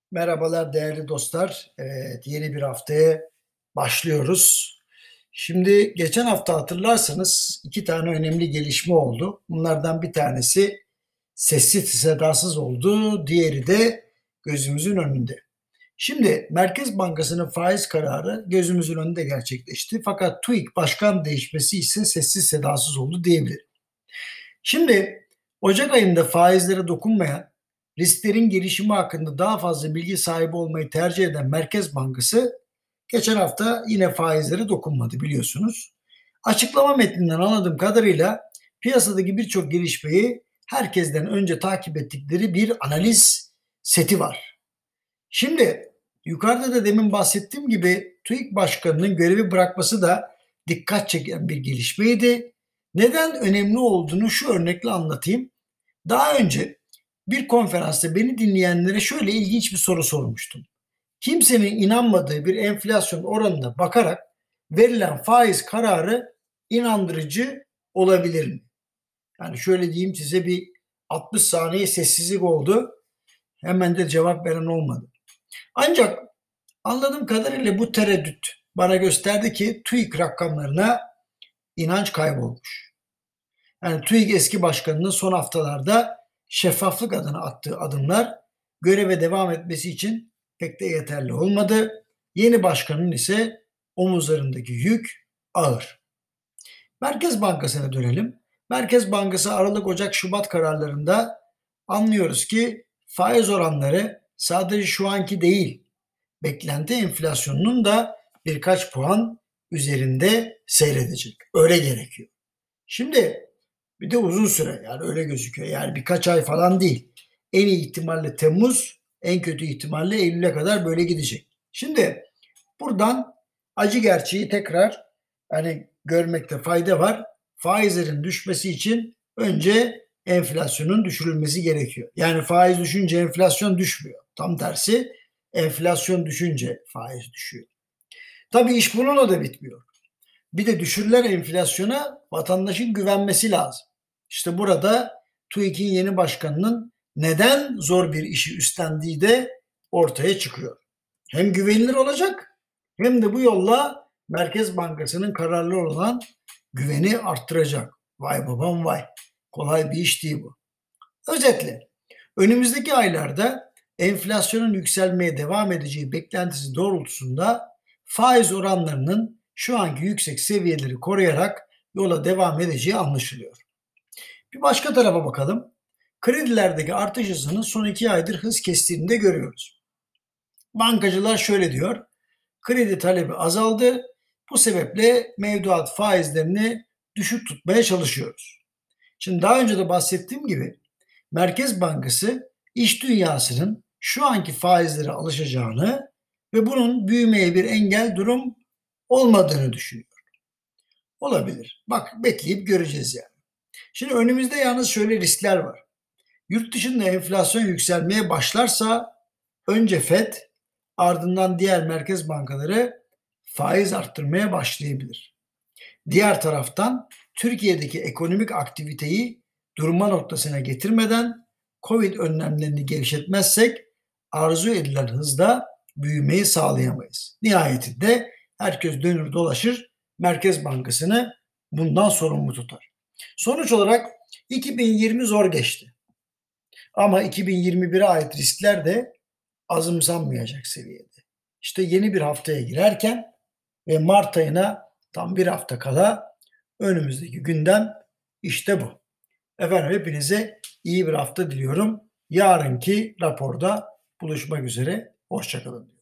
Merhabalar değerli dostlar. Evet, yeni bir haftaya başlıyoruz. Şimdi geçen hafta hatırlarsanız iki tane önemli gelişme oldu. Bunlardan bir tanesi sessiz sedasız oldu, diğeri de gözümüzün önünde. Şimdi Merkez Bankası'nın faiz kararı gözümüzün önünde gerçekleşti. Fakat TÜİK başkan değişmesi ise sessiz sedasız oldu diyebilirim. Şimdi Ocak ayında faizlere dokunmayan, risklerin gelişimi hakkında daha fazla bilgi sahibi olmayı tercih eden Merkez Bankası geçen hafta yine faizlere dokunmadı biliyorsunuz. Açıklama metninden anladığım kadarıyla piyasadaki birçok gelişmeyi herkesten önce takip ettikleri bir analiz seti var. Şimdi yukarıda da demin bahsettiğim gibi TÜİK Başkanı'nın görevi bırakması da dikkat çeken bir gelişmeydi. Neden önemli olduğunu şu örnekle anlatayım. Daha önce bir konferansta beni dinleyenlere şöyle ilginç bir soru sormuştum. Kimsenin inanmadığı bir enflasyon oranına bakarak verilen faiz kararı inandırıcı olabilir mi? Yani şöyle diyeyim size, bir 60 saniye sessizlik oldu. Hemen de cevap veren olmadı. Ancak anladığım kadarıyla bu tereddüt bana gösterdi ki TÜİK rakamlarına inanç kaybolmuş. Yani TÜİK eski başkanının son haftalarda şeffaflık adına attığı adımlar göreve devam etmesi için pek de yeterli olmadı. Yeni başkanın ise omuzlarındaki yük ağır. Merkez Bankası'na dönelim. Merkez Bankası Aralık, Ocak, Şubat kararlarında anlıyoruz ki faiz oranları sadece şu anki değil, beklenti enflasyonunun da birkaç puan üzerinde seyredecek. Öyle gerekiyor. Şimdi bir de uzun süre, yani öyle gözüküyor. Yani birkaç ay falan değil. En iyi ihtimalle Temmuz, en kötü ihtimalle Eylül'e kadar böyle gidecek. Şimdi buradan acı gerçeği tekrar görmekte fayda var. Faizlerin düşmesi için önce enflasyonun düşürülmesi gerekiyor. Yani faiz düşünce enflasyon düşmüyor. Tam tersi, enflasyon düşünce faiz düşüyor. Tabii iş bununla da bitmiyor. Bir de düşürülen enflasyona vatandaşın güvenmesi lazım. İşte burada TÜİK'in yeni başkanının neden zor bir işi üstlendiği de ortaya çıkıyor. Hem güvenilir olacak hem de bu yolla Merkez Bankası'nın kararlı olan güveni arttıracak. Vay babam vay. Kolay bir iş değil bu. Özetle önümüzdeki aylarda enflasyonun yükselmeye devam edeceği beklentisi doğrultusunda faiz oranlarının şu anki yüksek seviyeleri koruyarak yola devam edeceği anlaşılıyor. Bir başka tarafa bakalım. Kredilerdeki artış hızının son 2 aydır hız kestiğini de görüyoruz. Bankacılar şöyle diyor: kredi talebi azaldı. Bu sebeple mevduat faizlerini düşük tutmaya çalışıyoruz. Şimdi daha önce de bahsettiğim gibi Merkez Bankası iş dünyasının şu anki faizlere alışacağını ve bunun büyümeye bir engel durum olmadığını düşünüyor. Olabilir. Bak, bekleyip göreceğiz yani. Şimdi önümüzde yalnız şöyle riskler var. Yurt dışında enflasyon yükselmeye başlarsa önce FED, ardından diğer merkez bankaları faiz arttırmaya başlayabilir. Diğer taraftan Türkiye'deki ekonomik aktiviteyi durma noktasına getirmeden Covid önlemlerini gevşetmezsek arzu edilen hızda büyümeyi sağlayamayız. Nihayetinde herkes dönür dolaşır Merkez Bankası'nı bundan sorumlu tutar. Sonuç olarak 2020 zor geçti. Ama 2021'e ait riskler de azımsanmayacak seviyede. İşte yeni bir haftaya girerken ve Mart ayına tam bir hafta kala önümüzdeki gündem işte bu. Efendim, hepinize iyi bir hafta diliyorum. Yarınki raporda buluşmak üzere. Hoşça kalın.